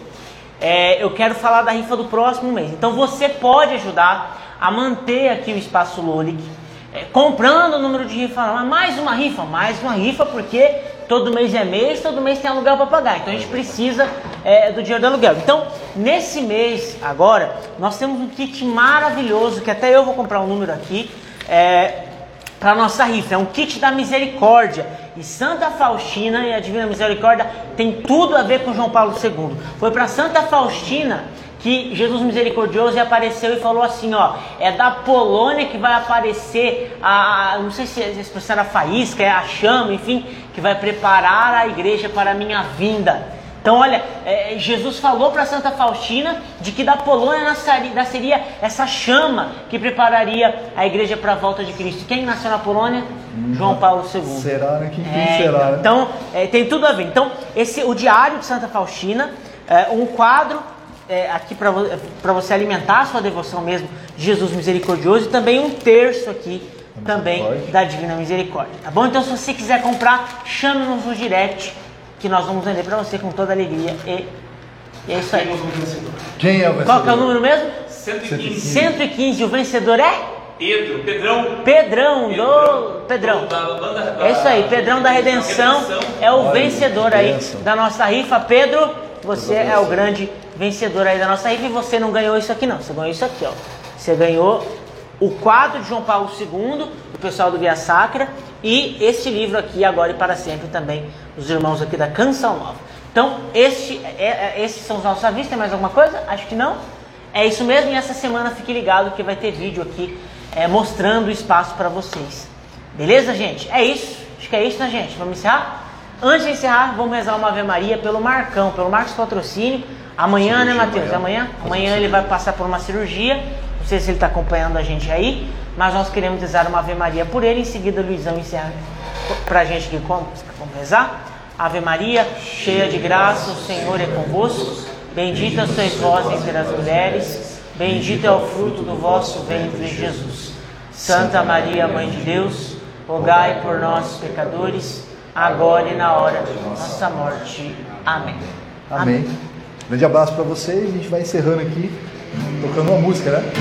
é, eu quero falar da rifa do próximo mês. Então você pode ajudar a manter aqui o Espaço Lolic, é, comprando o número de rifa. Não, mais uma rifa, mais uma rifa, porque todo mês é mês, todo mês tem aluguel para pagar. Então a gente precisa é, do dinheiro do aluguel. Então, nesse mês, agora, nós temos um kit maravilhoso, que até eu vou comprar um número aqui, é, para nossa rifa. É um kit da misericórdia. E Santa Faustina e a Divina Misericórdia tem tudo a ver com João Paulo segundo. Foi para Santa Faustina que Jesus Misericordioso apareceu e falou assim, ó, é da Polônia que vai aparecer a, não sei se a expressão era faísca, é a chama, enfim, que vai preparar a igreja para a minha vinda. Então, olha, é, Jesus falou para Santa Faustina de que da Polônia nasceria, nasceria essa chama que prepararia a igreja para a volta de Cristo. Quem nasceu na Polônia? João Paulo segundo. Será, né? Quem, quem É, será, né? então, é, tem tudo a ver. Então, esse, o Diário de Santa Faustina, é, um quadro é, aqui para vo, você alimentar a sua devoção mesmo de Jesus Misericordioso, e também um terço aqui também da Divina Misericórdia, tá bom? Então, se você quiser comprar, chame-nos no direct, que nós vamos vender para você com toda alegria. E, e é isso aí. Quem é o vencedor? Qual que é o número mesmo? cento e quinze. cento e quinze. O vencedor é? Pedro, Pedrão. Pedrão, do Pedrão. Da banda- da- É isso aí, Pedrão da Redenção é o Olha, vencedor aí bênção. da nossa rifa. Pedro, você é o grande vencedor aí da nossa rifa, e você não ganhou isso aqui não, você ganhou isso aqui, ó. Você ganhou o quadro de João Paulo segundo, do pessoal do Via Sacra, e este livro aqui, Agora e para Sempre, também dos irmãos aqui da Canção Nova. Então, este, é, é, esses são os nossos avisos. Tem mais alguma coisa? Acho que não. É isso mesmo, e essa semana fique ligado que vai ter vídeo aqui é, mostrando o espaço para vocês. Beleza, gente? É isso. Acho que é isso, né, gente? Vamos encerrar? Antes de encerrar, vamos rezar uma Ave Maria pelo Marcão, pelo Marcos Patrocínio. Amanhã, né, Matheus? Amanhã? Amanhã ele vai passar por uma cirurgia. Não sei se ele está acompanhando a gente aí, mas nós queremos rezar uma Ave Maria por ele. Em seguida, o Luizão encerra pra gente aqui. Como? Vamos rezar? Ave Maria, cheia de graça, o Senhor é convosco. Bendita sois vós entre as mulheres. Bendito é o fruto do vosso ventre, Jesus. Santa Maria, Mãe de Deus, rogai por nós, pecadores, agora e na hora de nossa morte. Amém. Amém. Grande abraço para vocês. A gente vai encerrando aqui, tocando uma música, né?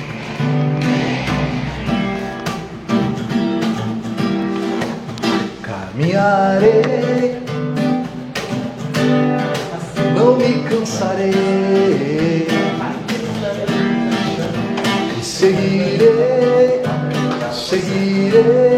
Caminharei, não me cansarei, e seguirei, seguirei